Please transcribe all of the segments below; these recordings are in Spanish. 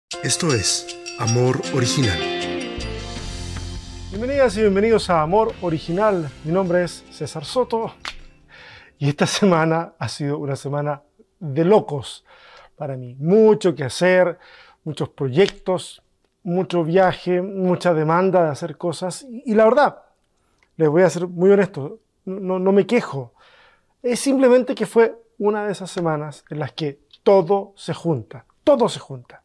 Esto es Amor Original. Bienvenidas y bienvenidos a Amor Original. Mi nombre es César Soto y esta semana ha sido una semana de locos para mí. Mucho que hacer, muchos proyectos, mucho viaje, mucha demanda de hacer cosas y la verdad, les voy a ser muy honesto, no me quejo. Es simplemente que fue una de esas semanas en las que todo se junta, todo se junta.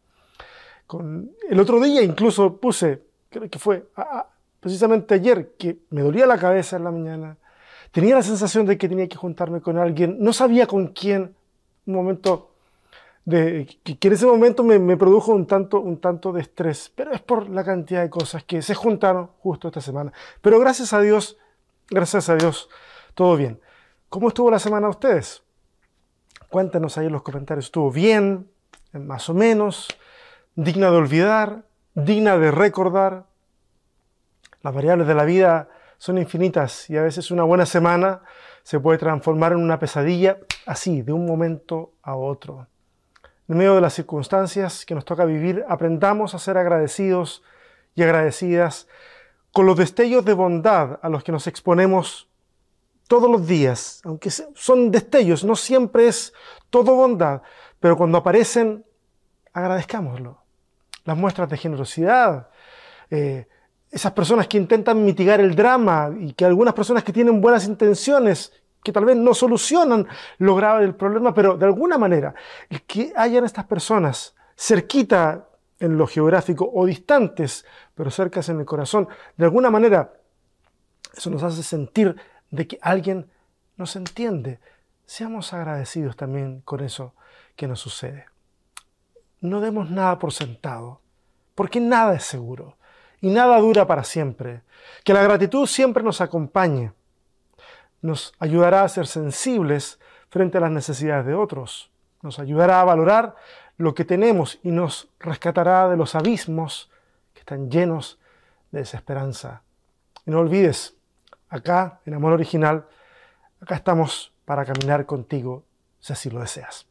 El otro día incluso puse, creo que fue precisamente ayer, que me dolía la cabeza en la mañana, tenía la sensación de que tenía que juntarme con alguien, no sabía con quién, un momento que en ese momento me produjo un tanto de estrés, pero es por la cantidad de cosas que se juntaron justo esta semana. Pero gracias a Dios, todo bien. ¿Cómo estuvo la semana de ustedes? Cuéntenos ahí en los comentarios. ¿Estuvo bien? ¿Más o menos? ¿Digna de olvidar? ¿Digna de recordar? Las variables de la vida son infinitas y a veces una buena semana se puede transformar en una pesadilla así, de un momento a otro. En medio de las circunstancias que nos toca vivir, aprendamos a ser agradecidos y agradecidas con los destellos de bondad a los que nos exponemos todos los días, aunque son destellos, no siempre es todo bondad, pero cuando aparecen, agradezcámoslo. Las muestras de generosidad, esas personas que intentan mitigar el drama y que algunas personas que tienen buenas intenciones, que tal vez no solucionan lo grave del problema, pero de alguna manera, el que hayan estas personas cerquita en lo geográfico o distantes, pero cercas en el corazón, de alguna manera, eso nos hace sentir de que alguien nos entiende. Seamos agradecidos también con eso que nos sucede. No demos nada por sentado, porque nada es seguro y nada dura para siempre. Que la gratitud siempre nos acompañe. Nos ayudará a ser sensibles frente a las necesidades de otros. Nos ayudará a valorar lo que tenemos y nos rescatará de los abismos que están llenos de desesperanza. Y no olvides, acá, en Amor Original, acá estamos para caminar contigo, si así lo deseas.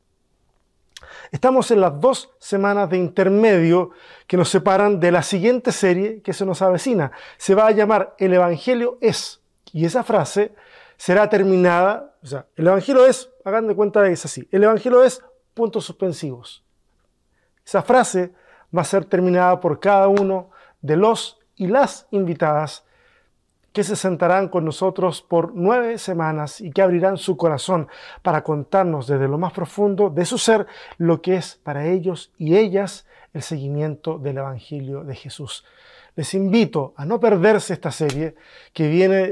Estamos en las 2 semanas de intermedio que nos separan de la siguiente serie que se nos avecina. Se va a llamar El Evangelio es. Y esa frase será terminada, o sea, el Evangelio es, hagan de cuenta que es así, el Evangelio es, puntos suspensivos. Esa frase va a ser terminada por cada uno de los y las invitadas que se sentarán con nosotros por 9 semanas y que abrirán su corazón para contarnos desde lo más profundo de su ser lo que es para ellos y ellas el seguimiento del Evangelio de Jesús. Les invito a no perderse esta serie que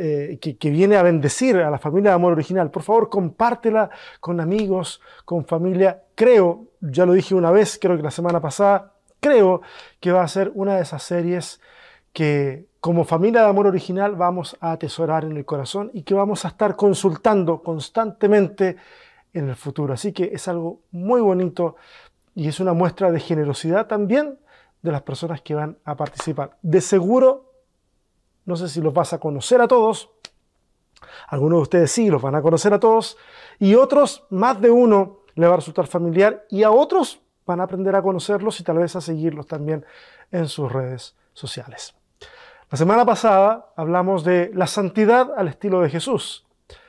viene a bendecir a la familia de Amor Original. Por favor, compártela con amigos, con familia. Creo, ya lo dije una vez, creo que la semana pasada, creo que va a ser una de esas series que como familia de Amor Original vamos a atesorar en el corazón y que vamos a estar consultando constantemente en el futuro. Así que es algo muy bonito y es una muestra de generosidad también de las personas que van a participar. De seguro, no sé si los vas a conocer a todos, algunos de ustedes sí los van a conocer a todos y otros, más de uno, le va a resultar familiar y a otros van a aprender a conocerlos y tal vez a seguirlos también en sus redes sociales. La semana pasada hablamos de la santidad al estilo de Jesús.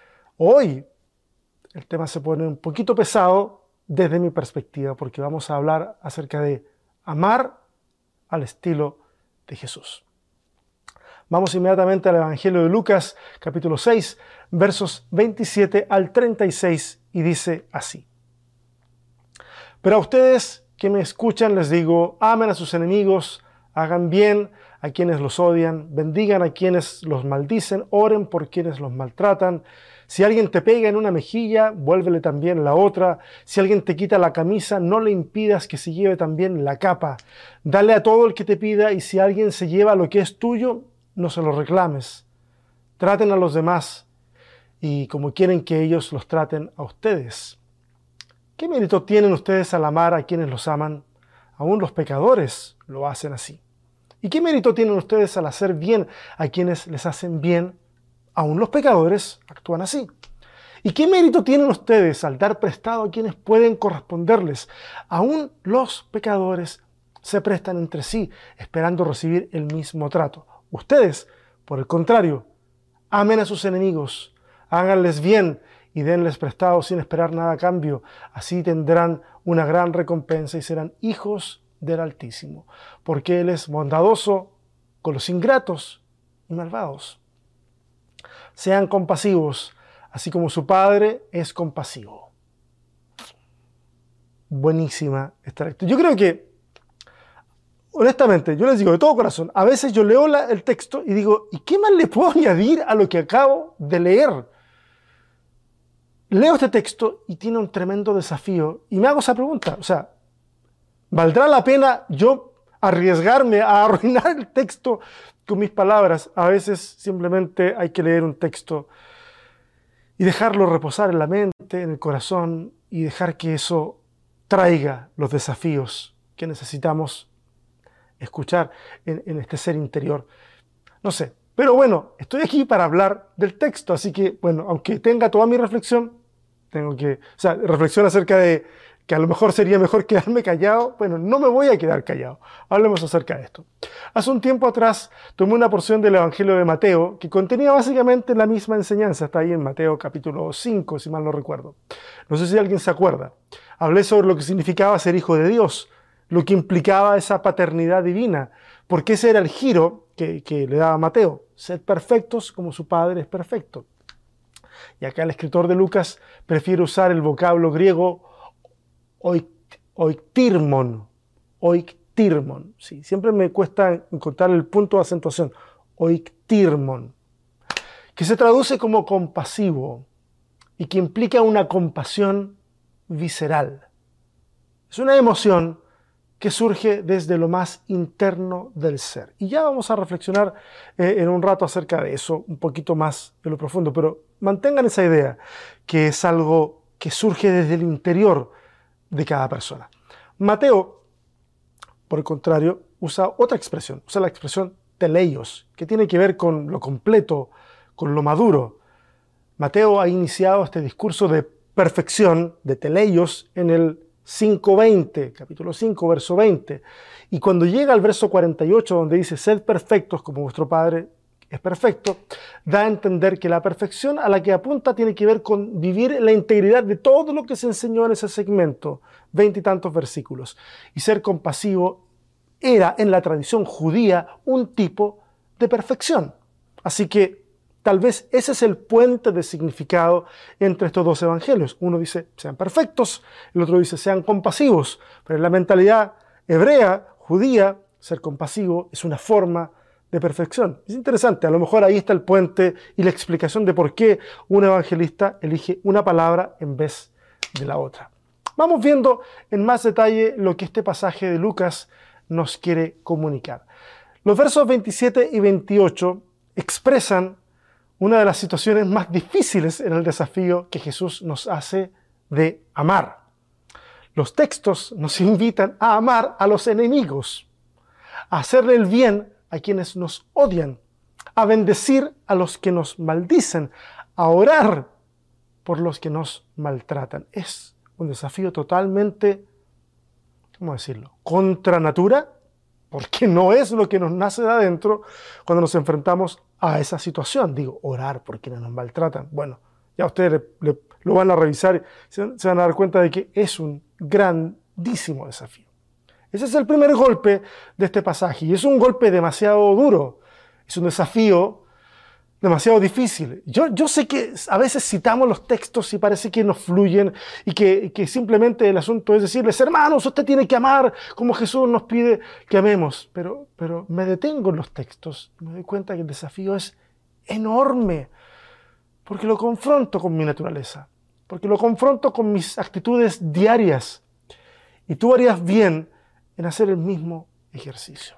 Hoy el tema se pone un poquito pesado desde mi perspectiva porque vamos a hablar acerca de amar al estilo de Jesús. Vamos inmediatamente al Evangelio de Lucas, capítulo 6, versos 27 al 36 y dice así. Pero a ustedes que me escuchan les digo, amen a sus enemigos, hagan bien a quienes los odian, bendigan a quienes los maldicen, oren por quienes los maltratan. Si alguien te pega en una mejilla, vuélvele también la otra. Si alguien te quita la camisa, no le impidas que se lleve también la capa. Dale a todo el que te pida y si alguien se lleva lo que es tuyo, no se lo reclames. Traten a los demás y como quieren que ellos los traten a ustedes. ¿Qué mérito tienen ustedes al amar a quienes los aman? Aún los pecadores lo hacen así. ¿Y qué mérito tienen ustedes al hacer bien a quienes les hacen bien? Aún los pecadores actúan así. ¿Y qué mérito tienen ustedes al dar prestado a quienes pueden corresponderles? Aún los pecadores se prestan entre sí, esperando recibir el mismo trato. Ustedes, por el contrario, amen a sus enemigos, háganles bien y denles prestado sin esperar nada a cambio. Así tendrán una gran recompensa y serán hijos del Altísimo, porque Él es bondadoso con los ingratos y malvados. Sean compasivos, así como su Padre es compasivo. Buenísima esta lectura. Yo creo que, honestamente, yo les digo de todo corazón, a veces yo leo el texto y digo, ¿y qué más le puedo añadir a lo que acabo de leer? Leo este texto y tiene un tremendo desafío y me hago esa pregunta, o sea, ¿valdrá la pena yo arriesgarme a arruinar el texto con mis palabras? A veces simplemente hay que leer un texto y dejarlo reposar en la mente, en el corazón, y dejar que eso traiga los desafíos que necesitamos escuchar en este ser interior. No sé, pero bueno, estoy aquí para hablar del texto, así que, bueno, aunque tenga toda mi reflexión, reflexión acerca de que a lo mejor sería mejor quedarme callado. Bueno, no me voy a quedar callado. Hablemos acerca de esto. Hace un tiempo atrás tomé una porción del Evangelio de Mateo que contenía básicamente la misma enseñanza. Está ahí en Mateo capítulo 5, si mal no recuerdo. No sé si alguien se acuerda. Hablé sobre lo que significaba ser hijo de Dios, lo que implicaba esa paternidad divina, porque ese era el giro que le daba Mateo. Sed perfectos como su Padre es perfecto. Y acá el escritor de Lucas prefiere usar el vocablo griego oiktirmon. Oiktirmon. Sí, siempre me cuesta encontrar el punto de acentuación. Oiktirmon. Que se traduce como compasivo y que implica una compasión visceral. Es una emoción que surge desde lo más interno del ser. Y ya vamos a reflexionar en un rato acerca de eso, un poquito más de lo profundo, pero mantengan esa idea, que es algo que surge desde el interior de cada persona. Mateo, por el contrario, usa otra expresión, usa la expresión teleios, que tiene que ver con lo completo, con lo maduro. Mateo ha iniciado este discurso de perfección, de teleios, en el 5:20, capítulo 5, verso 20. Y cuando llega al verso 48, donde dice, sed perfectos como vuestro Padre es perfecto, da a entender que la perfección a la que apunta tiene que ver con vivir la integridad de todo lo que se enseñó en ese segmento, 20 y tantos versículos. Y ser compasivo era en la tradición judía un tipo de perfección. Así que tal vez ese es el puente de significado entre estos dos evangelios. Uno dice, sean perfectos, el otro dice, sean compasivos. Pero en la mentalidad hebrea, judía, ser compasivo es una forma de perfección. Es interesante, a lo mejor ahí está el puente y la explicación de por qué un evangelista elige una palabra en vez de la otra. Vamos viendo en más detalle lo que este pasaje de Lucas nos quiere comunicar. Los versos 27 y 28 expresan una de las situaciones más difíciles en el desafío que Jesús nos hace de amar. Los textos nos invitan a amar a los enemigos, a hacerle el bien a quienes nos odian, a bendecir a los que nos maldicen, a orar por los que nos maltratan. Es un desafío totalmente, ¿cómo decirlo?, contra natura, porque no es lo que nos nace de adentro cuando nos enfrentamos a esa situación. Digo, orar por quienes nos maltratan. Bueno, ya ustedes lo van a revisar y se van a dar cuenta de que es un grandísimo desafío. Ese es el primer golpe de este pasaje y es un golpe demasiado duro. Es un desafío demasiado difícil. Yo sé que a veces citamos los textos y parece que nos fluyen y que simplemente el asunto es decirles, hermanos, usted tiene que amar como Jesús nos pide que amemos. Pero me detengo en los textos y me doy cuenta que el desafío es enorme porque lo confronto con mi naturaleza, porque lo confronto con mis actitudes diarias. Y tú harías bien en hacer el mismo ejercicio.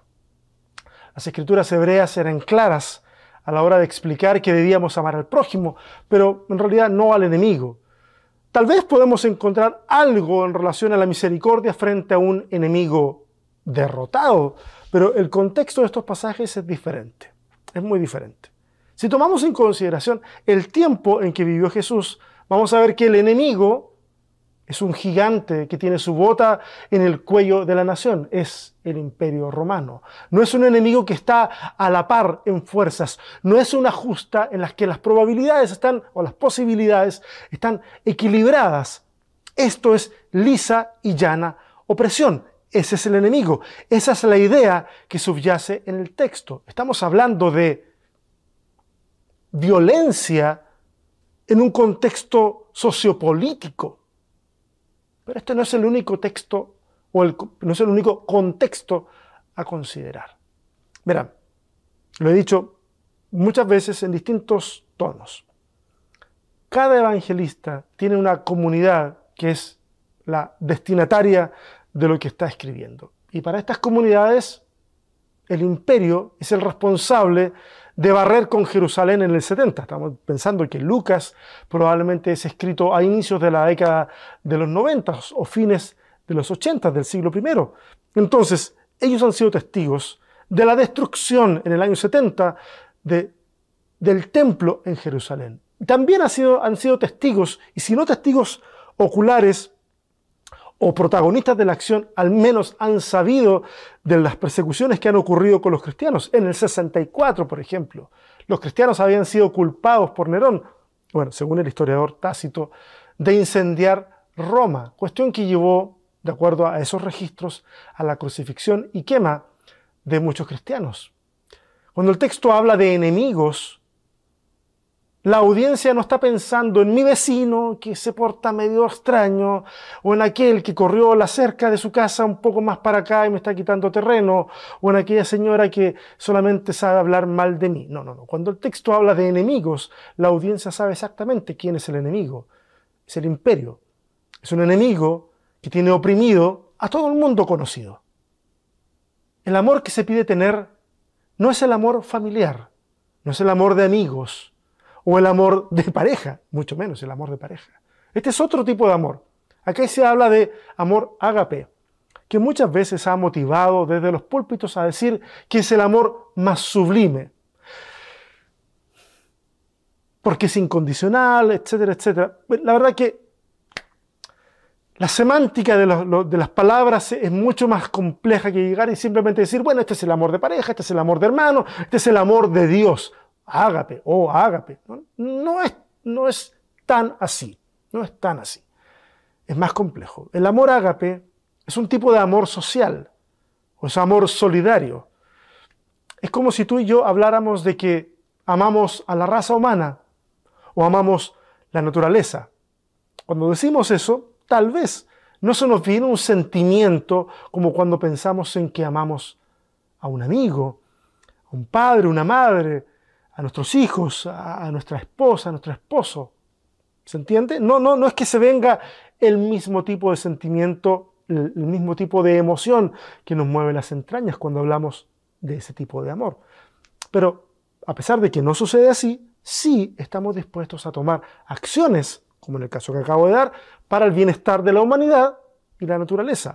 Las escrituras hebreas eran claras a la hora de explicar que debíamos amar al prójimo, pero en realidad no al enemigo. Tal vez podemos encontrar algo en relación a la misericordia frente a un enemigo derrotado, pero el contexto de estos pasajes es diferente, es muy diferente. Si tomamos en consideración el tiempo en que vivió Jesús, vamos a ver que el enemigo Es un gigante que tiene su bota en el cuello de la nación. Es el Imperio Romano. No es un enemigo que está a la par en fuerzas. No es una justa en la que las probabilidades están, o las posibilidades están equilibradas. Esto es lisa y llana opresión. Ese es el enemigo. Esa es la idea que subyace en el texto. Estamos hablando de violencia en un contexto sociopolítico. Pero este no es el único texto, no es el único contexto a considerar. Verán, lo he dicho muchas veces en distintos tonos. Cada evangelista tiene una comunidad que es la destinataria de lo que está escribiendo. Y para estas comunidades, el imperio es el responsable de barrer con Jerusalén en el 70. Estamos pensando que Lucas probablemente es escrito a inicios de la década de los 90 o fines de los 80 del siglo I. Entonces, ellos han sido testigos de la destrucción en el año 70 del templo en Jerusalén. También han sido testigos, y si no testigos oculares, o protagonistas de la acción, al menos han sabido de las persecuciones que han ocurrido con los cristianos. En el 64, por ejemplo, los cristianos habían sido culpados por Nerón, bueno, según el historiador Tácito, de incendiar Roma, cuestión que llevó, de acuerdo a esos registros, a la crucifixión y quema de muchos cristianos. Cuando el texto habla de enemigos, la audiencia no está pensando en mi vecino que se porta medio extraño, o en aquel que corrió la cerca de su casa un poco más para acá y me está quitando terreno, o en aquella señora que solamente sabe hablar mal de mí. No. Cuando el texto habla de enemigos, la audiencia sabe exactamente quién es el enemigo. Es el imperio. Es un enemigo que tiene oprimido a todo el mundo conocido. El amor que se pide tener no es el amor familiar, no es el amor de amigos, o el amor de pareja, mucho menos el amor de pareja. Este es otro tipo de amor. Aquí se habla de amor ágape, que muchas veces ha motivado desde los púlpitos a decir que es el amor más sublime, porque es incondicional, etcétera, etcétera. La verdad que la semántica de las palabras es mucho más compleja que llegar y simplemente decir, bueno, este es el amor de pareja, este es el amor de hermano, este es el amor de Dios. Ágape, ágape. No es tan así. No es tan así. Es más complejo. El amor ágape es un tipo de amor social, o es amor solidario. Es como si tú y yo habláramos de que amamos a la raza humana o amamos la naturaleza. Cuando decimos eso, tal vez no se nos viene un sentimiento como cuando pensamos en que amamos a un amigo, a un padre, una madre, a nuestros hijos, a nuestra esposa, a nuestro esposo. ¿Se entiende? No es que se venga el mismo tipo de sentimiento, el mismo tipo de emoción que nos mueve las entrañas cuando hablamos de ese tipo de amor. Pero a pesar de que no sucede así, sí estamos dispuestos a tomar acciones, como en el caso que acabo de dar, para el bienestar de la humanidad y la naturaleza.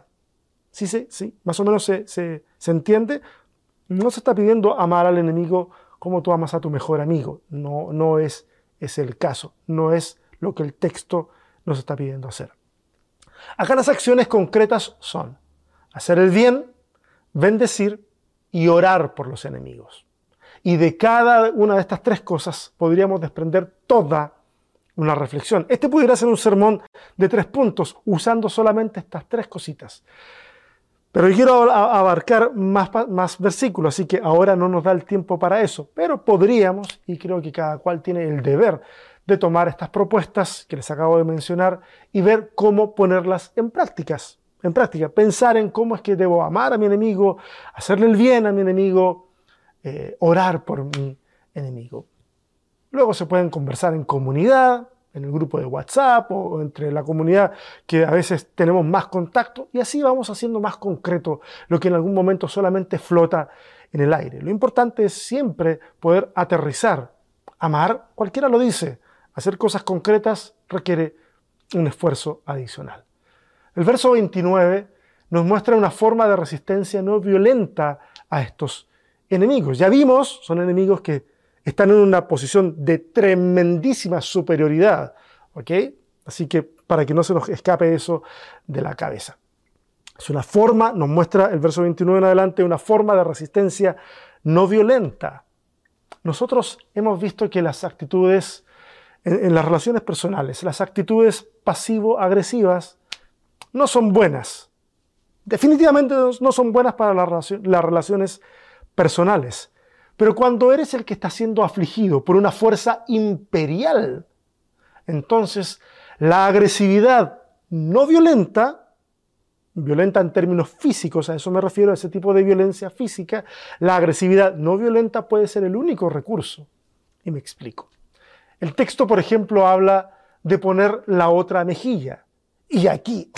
Sí, más o menos se entiende. No se está pidiendo amar al enemigo como tú amas a tu mejor amigo. No es el caso. No es lo que el texto nos está pidiendo hacer. Acá las acciones concretas son hacer el bien, bendecir y orar por los enemigos. Y de cada una de estas tres cosas podríamos desprender toda una reflexión. Este pudiera ser un sermón de 3 puntos, usando solamente estas 3 cositas. Pero quiero abarcar más versículos, así que ahora no nos da el tiempo para eso. Pero podríamos, y creo que cada cual tiene el deber de tomar estas propuestas que les acabo de mencionar y ver cómo ponerlas en práctica. Pensar en cómo es que debo amar a mi enemigo, hacerle el bien a mi enemigo, orar por mi enemigo. Luego se pueden conversar en comunidad, en el grupo de WhatsApp o entre la comunidad que a veces tenemos más contacto, y así vamos haciendo más concreto lo que en algún momento solamente flota en el aire. Lo importante es siempre poder aterrizar. Amar, cualquiera lo dice, hacer cosas concretas requiere un esfuerzo adicional. El verso 29 nos muestra una forma de resistencia no violenta a estos enemigos. Ya vimos, son enemigos que están en una posición de tremendísima superioridad, ¿ok? Así que para que no se nos escape eso de la cabeza. Es una forma, nos muestra el verso 29 en adelante, una forma de resistencia no violenta. Nosotros hemos visto que las actitudes en las relaciones personales, las actitudes pasivo-agresivas no son buenas. Definitivamente no son buenas para las relaciones personales. Pero cuando eres el que está siendo afligido por una fuerza imperial, entonces la agresividad no violenta, violenta en términos físicos, a eso me refiero, a ese tipo de violencia física, la agresividad no violenta puede ser el único recurso. Y me explico. El texto, por ejemplo, habla de poner la otra mejilla. Y aquí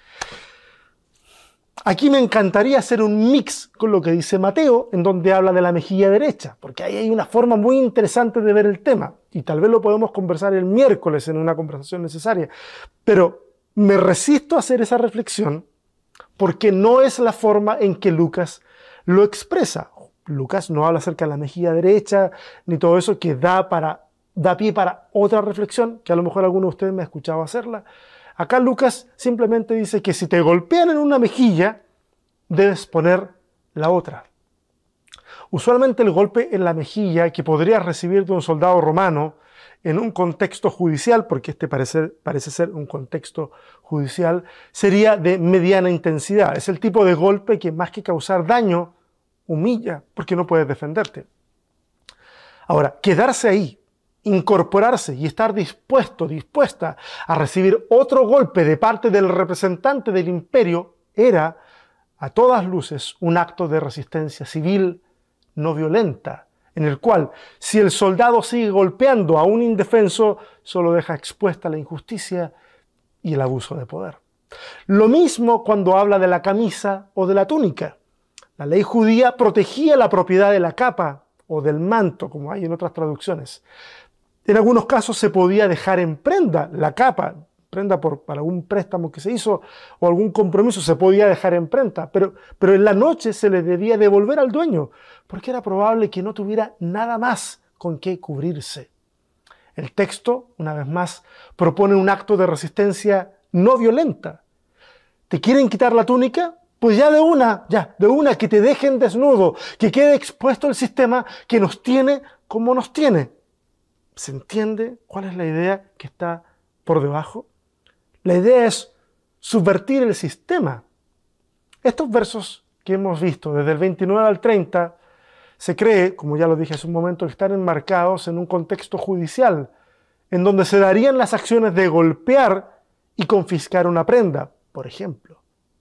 me encantaría hacer un mix con lo que dice Mateo, en donde habla de la mejilla derecha, porque ahí hay una forma muy interesante de ver el tema, y tal vez lo podemos conversar el miércoles en una conversación necesaria. Pero me resisto a hacer esa reflexión porque no es la forma en que Lucas lo expresa. Lucas no habla acerca de la mejilla derecha, ni todo eso, que da pie para otra reflexión, que a lo mejor alguno de ustedes me ha escuchado hacerla. Acá Lucas simplemente dice que si te golpean en una mejilla, debes poner la otra. Usualmente el golpe en la mejilla que podrías recibir de un soldado romano en un contexto judicial, porque este parece ser un contexto judicial, sería de mediana intensidad. Es el tipo de golpe que más que causar daño, humilla, porque no puedes defenderte. Ahora, quedarse ahí, incorporarse y estar dispuesta a recibir otro golpe de parte del representante del imperio era, a todas luces, un acto de resistencia civil no violenta, en el cual, si el soldado sigue golpeando a un indefenso, solo deja expuesta la injusticia y el abuso de poder. Lo mismo cuando habla de la camisa o de la túnica. La ley judía protegía la propiedad de la capa o del manto, como hay en otras traducciones. En algunos casos se podía dejar en prenda la capa, para algún préstamo que se hizo o algún compromiso, se podía dejar en prenda, pero en la noche se le debía devolver al dueño, porque era probable que no tuviera nada más con qué cubrirse. El texto, una vez más, propone un acto de resistencia no violenta. ¿Te quieren quitar la túnica? Pues de una, que te dejen desnudo, que quede expuesto el sistema que nos tiene como nos tiene. ¿Se entiende cuál es la idea que está por debajo? La idea es subvertir el sistema. Estos versos que hemos visto, desde el 29 al 30, se cree, como ya lo dije hace un momento, que están enmarcados en un contexto judicial, en donde se darían las acciones de golpear y confiscar una prenda, por ejemplo.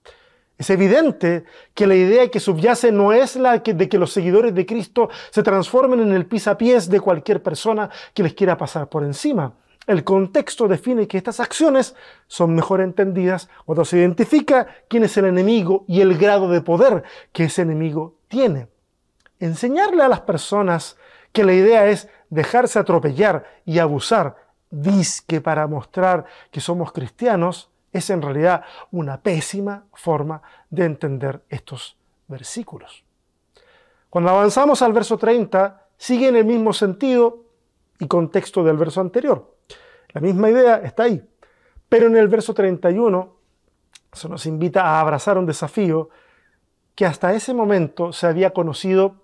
Es evidente que la idea que subyace no es la de que los seguidores de Cristo se transformen en el pisapiés de cualquier persona que les quiera pasar por encima. El contexto define que estas acciones son mejor entendidas cuando se identifica quién es el enemigo y el grado de poder que ese enemigo tiene. Enseñarle a las personas que la idea es dejarse atropellar y abusar, dizque para mostrar que somos cristianos, es en realidad una pésima forma de entender estos versículos. Cuando avanzamos al verso 30, sigue en el mismo sentido y contexto del verso anterior. La misma idea está ahí, pero en el verso 31 se nos invita a abrazar un desafío que hasta ese momento se había conocido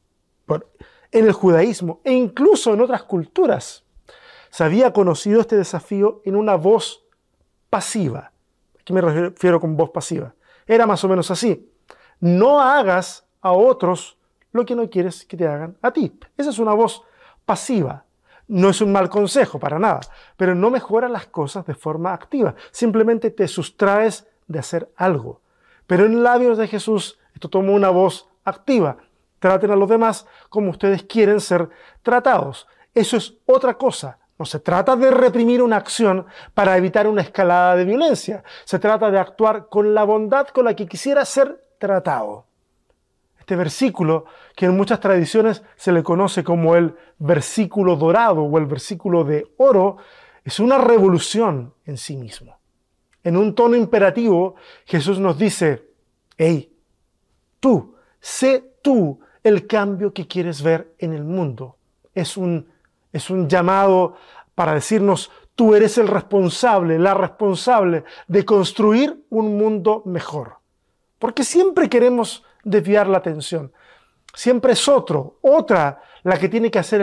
en el judaísmo e incluso en otras culturas. Se había conocido este desafío en una voz pasiva. ¿A qué me refiero con voz pasiva? Era más o menos así: no hagas a otros lo que no quieres que te hagan a ti. Esa es una voz pasiva. No es un mal consejo, para nada, pero no mejora las cosas de forma activa. Simplemente te sustraes de hacer algo. Pero en labios de Jesús esto toma una voz activa. Traten a los demás como ustedes quieren ser tratados. Eso es otra cosa. No se trata de reprimir una acción para evitar una escalada de violencia. Se trata de actuar con la bondad con la que quisiera ser tratado. Este versículo, que en muchas tradiciones se le conoce como el versículo dorado o el versículo de oro, es una revolución en sí mismo. En un tono imperativo, Jesús nos dice: hey, sé tú el cambio que quieres ver en el mundo. Es un llamado para decirnos: Tú eres el responsable, la responsable de construir un mundo mejor. Porque siempre queremos desviar la atención. Siempre es otra, la que tiene que hacer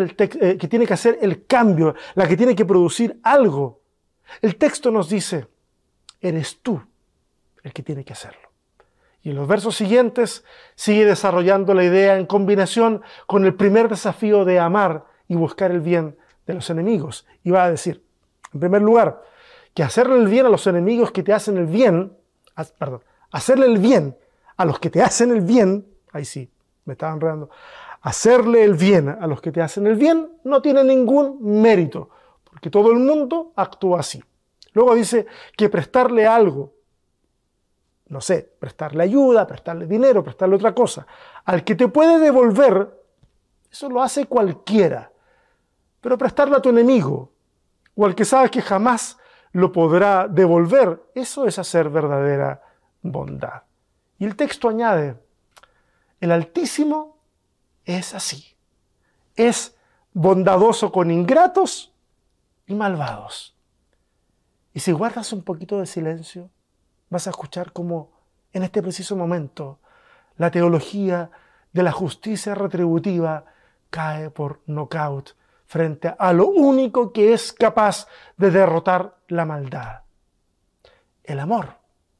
el cambio, la que tiene que producir algo. El texto nos dice, eres tú el que tiene que hacerlo. Y en los versos siguientes sigue desarrollando la idea en combinación con el primer desafío de amar y buscar el bien de los enemigos. Y va a decir, en primer lugar, que hacerle el bien a los enemigos que te hacen el bien, hacerle el bien a los que te hacen el bien, ahí sí, me estaba enredando, hacerle el bien a los que te hacen el bien no tiene ningún mérito, porque todo el mundo actúa así. Luego dice que prestarle algo, no sé, prestarle ayuda, prestarle dinero, prestarle otra cosa, al que te puede devolver, eso lo hace cualquiera. Pero prestarle a tu enemigo, o al que sabes que jamás lo podrá devolver, eso es hacer verdadera bondad. Y el texto añade, el Altísimo es así, es bondadoso con ingratos y malvados. Y si guardas un poquito de silencio, vas a escuchar cómo en este preciso momento la teología de la justicia retributiva cae por nocaut frente a lo único que es capaz de derrotar la maldad. El amor,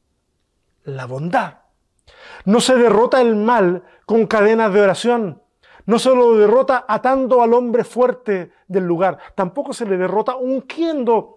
la bondad. No se derrota el mal con cadenas de oración. No se lo derrota atando al hombre fuerte del lugar. Tampoco se le derrota ungiendo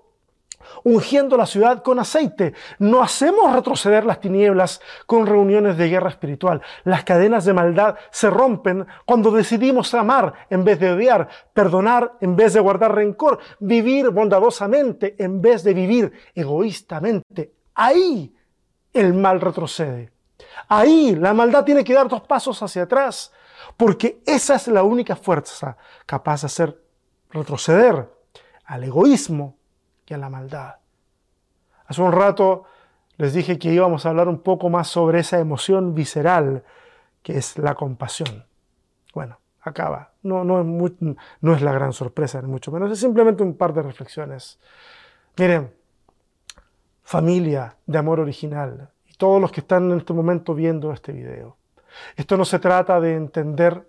la ciudad con aceite. No hacemos retroceder las tinieblas con reuniones de guerra espiritual. Las cadenas de maldad se rompen cuando decidimos amar en vez de odiar, perdonar en vez de guardar rencor, vivir bondadosamente en vez de vivir egoístamente. Ahí el mal retrocede. Ahí la maldad tiene que dar 2 pasos hacia atrás, porque esa es la única fuerza capaz de hacer retroceder al egoísmo y a la maldad. Hace un rato les dije que íbamos a hablar un poco más sobre esa emoción visceral que es la compasión. Bueno, acaba. No es la gran sorpresa, ni mucho menos. Es simplemente un par de reflexiones. Miren, familia de amor original y todos los que están en este momento viendo este video. Esto no se trata de entender...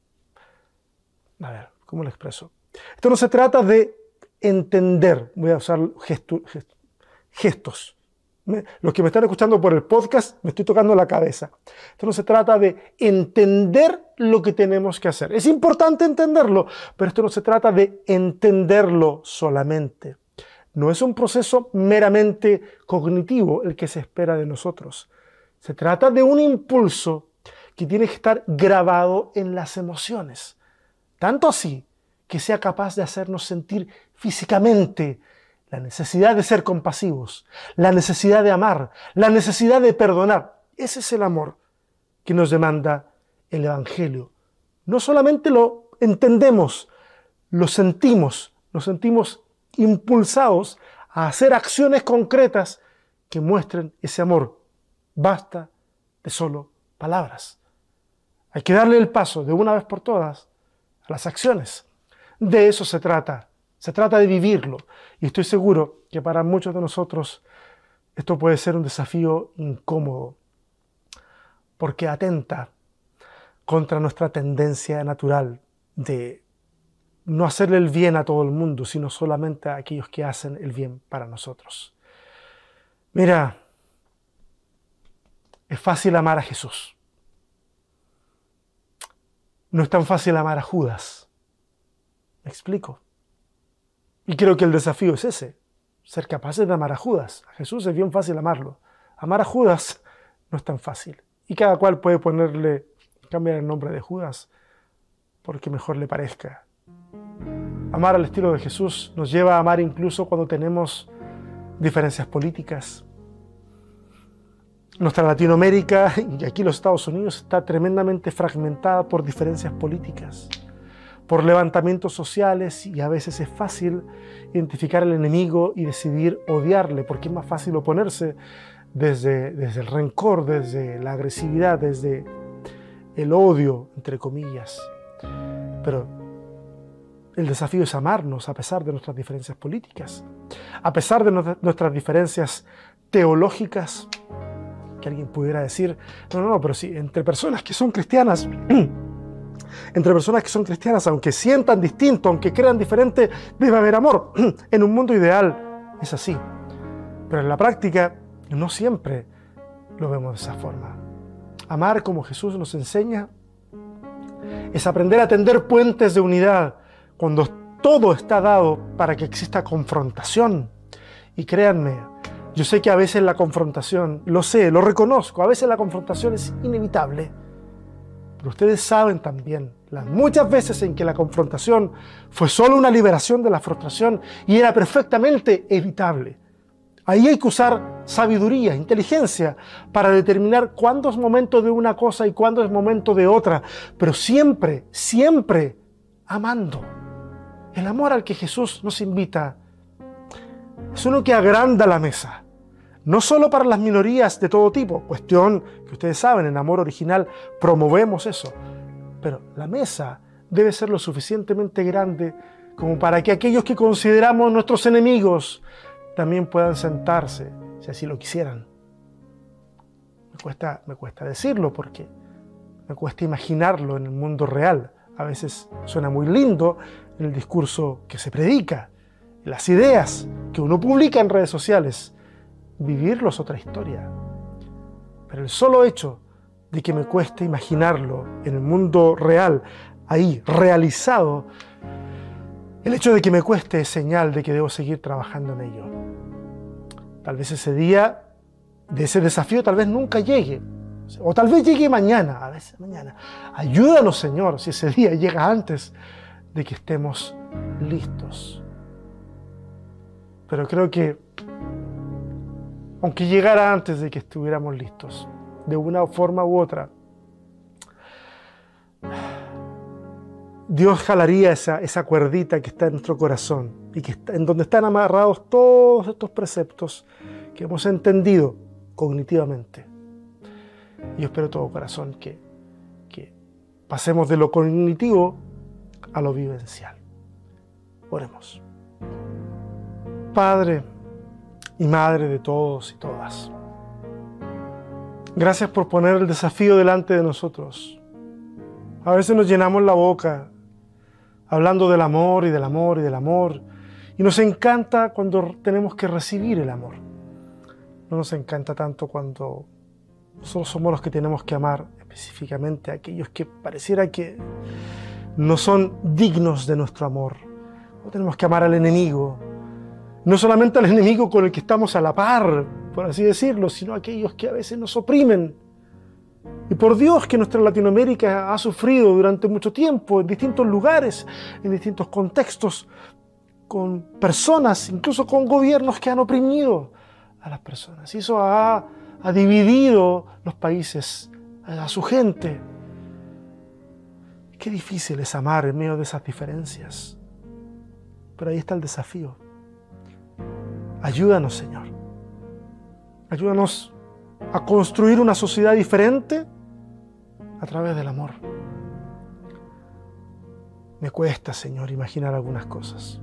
A ver, ¿cómo lo expreso? Esto no se trata de entender, voy a usar gestos. Los que me están escuchando por el podcast, me estoy tocando la cabeza. Esto no se trata de entender lo que tenemos que hacer. Es importante entenderlo, pero esto no se trata de entenderlo solamente. No es un proceso meramente cognitivo el que se espera de nosotros. Se trata de un impulso que tiene que estar grabado en las emociones. Tanto así que sea capaz de hacernos sentir físicamente la necesidad de ser compasivos, la necesidad de amar, la necesidad de perdonar. Ese es el amor que nos demanda el Evangelio. No solamente lo entendemos, lo sentimos, nos sentimos impulsados a hacer acciones concretas que muestren ese amor. Basta de solo palabras. Hay que darle el paso de una vez por todas a las acciones. De eso se trata de vivirlo. Y estoy seguro que para muchos de nosotros esto puede ser un desafío incómodo, porque atenta contra nuestra tendencia natural de no hacerle el bien a todo el mundo, sino solamente a aquellos que hacen el bien para nosotros. Mira, es fácil amar a Jesús. No es tan fácil amar a Judas. ¿Me explico? Y creo que el desafío es ese, ser capaces de amar a Judas. A Jesús es bien fácil amarlo. Amar a Judas no es tan fácil. Y cada cual puede cambiar el nombre de Judas porque mejor le parezca. Amar al estilo de Jesús nos lleva a amar incluso cuando tenemos diferencias políticas. Nuestra Latinoamérica y aquí los Estados Unidos está tremendamente fragmentada por diferencias políticas, por levantamientos sociales, y a veces es fácil identificar al enemigo y decidir odiarle, porque es más fácil oponerse desde el rencor, desde la agresividad, desde el odio, entre comillas. Pero el desafío es amarnos a pesar de nuestras diferencias políticas, a pesar de nuestras diferencias teológicas. Que alguien pudiera decir, no, pero sí, entre personas que son cristianas, aunque sientan distinto, aunque crean diferente, debe haber amor. En un mundo ideal es así, pero en la práctica no siempre lo vemos de esa forma. Amar como Jesús nos enseña es aprender a tender puentes de unidad cuando todo está dado para que exista confrontación. Y créanme, yo sé que a veces la confrontación, lo sé, lo reconozco, a veces la confrontación es inevitable. Pero ustedes saben también las muchas veces en que la confrontación fue solo una liberación de la frustración y era perfectamente evitable. Ahí hay que usar sabiduría, inteligencia, para determinar cuándo es momento de una cosa y cuándo es momento de otra, pero siempre, siempre amando. El amor al que Jesús nos invita es uno que agranda la mesa, no solo para las minorías de todo tipo, cuestión que ustedes saben, en Amor Original promovemos eso, pero la mesa debe ser lo suficientemente grande como para que aquellos que consideramos nuestros enemigos también puedan sentarse, si así lo quisieran. Me cuesta decirlo porque me cuesta imaginarlo en el mundo real. A veces suena muy lindo en el discurso que se predica, en las ideas que uno publica en redes sociales. Vivirlo es otra historia. Pero el solo hecho de que me cueste imaginarlo en el mundo real, ahí, realizado, el hecho de que me cueste es señal de que debo seguir trabajando en ello. Tal vez ese día de ese desafío tal vez nunca llegue, o tal vez llegue mañana, a veces mañana. Ayúdanos, Señor, si ese día llega antes de que estemos listos. Pero creo que, aunque llegara antes de que estuviéramos listos, de una forma u otra, Dios jalaría esa cuerdita que está en nuestro corazón y que está, en donde están amarrados todos estos preceptos que hemos entendido cognitivamente. Y yo espero de todo corazón que pasemos de lo cognitivo a lo vivencial. Oremos. Padre y Madre de todos y todas, gracias por poner el desafío delante de nosotros. A veces nos llenamos la boca hablando del amor y del amor y del amor, y nos encanta cuando tenemos que recibir el amor. No nos encanta tanto cuando nosotros somos los que tenemos que amar específicamente a aquellos que pareciera que no son dignos de nuestro amor. No tenemos que amar al enemigo, no solamente al enemigo con el que estamos a la par, por así decirlo, sino a aquellos que a veces nos oprimen. Y por Dios que nuestra Latinoamérica ha sufrido durante mucho tiempo, en distintos lugares, en distintos contextos, con personas, incluso con gobiernos que han oprimido a las personas. Y eso ha dividido los países, a su gente. Qué difícil es amar en medio de esas diferencias. Pero ahí está el desafío. Ayúdanos, Señor. Ayúdanos a construir una sociedad diferente a través del amor. Me cuesta, Señor, imaginar algunas cosas.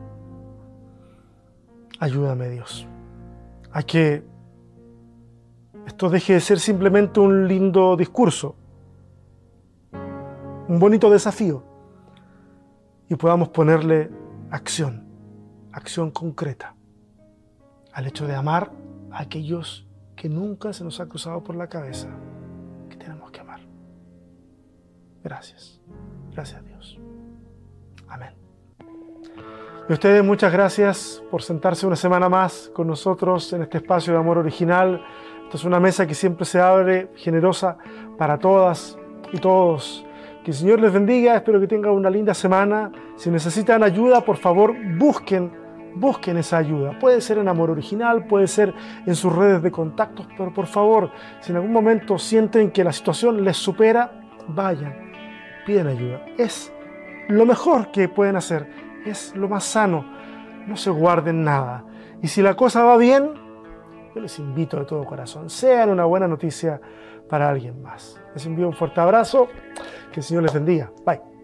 Ayúdame, Dios, a que esto deje de ser simplemente un lindo discurso, un bonito desafío, y podamos ponerle acción concreta al hecho de amar a aquellos que nunca se nos ha cruzado por la cabeza que tenemos que amar. Gracias. Gracias, Dios. Amén. Y a ustedes muchas gracias por sentarse una semana más con nosotros en este espacio de Amor Original. Esta es una mesa que siempre se abre generosa para todas y todos. Que el Señor les bendiga, espero que tengan una linda semana. Si necesitan ayuda, por favor, busquen esa ayuda. Puede ser en Amor Original, puede ser en sus redes de contactos, pero por favor, si en algún momento sienten que la situación les supera, vayan, piden ayuda. Es lo mejor que pueden hacer, es lo más sano. No se guarden nada. Y si la cosa va bien, yo les invito de todo corazón, sean una buena noticia para alguien más. Les envío un fuerte abrazo, que el Señor les bendiga. Bye.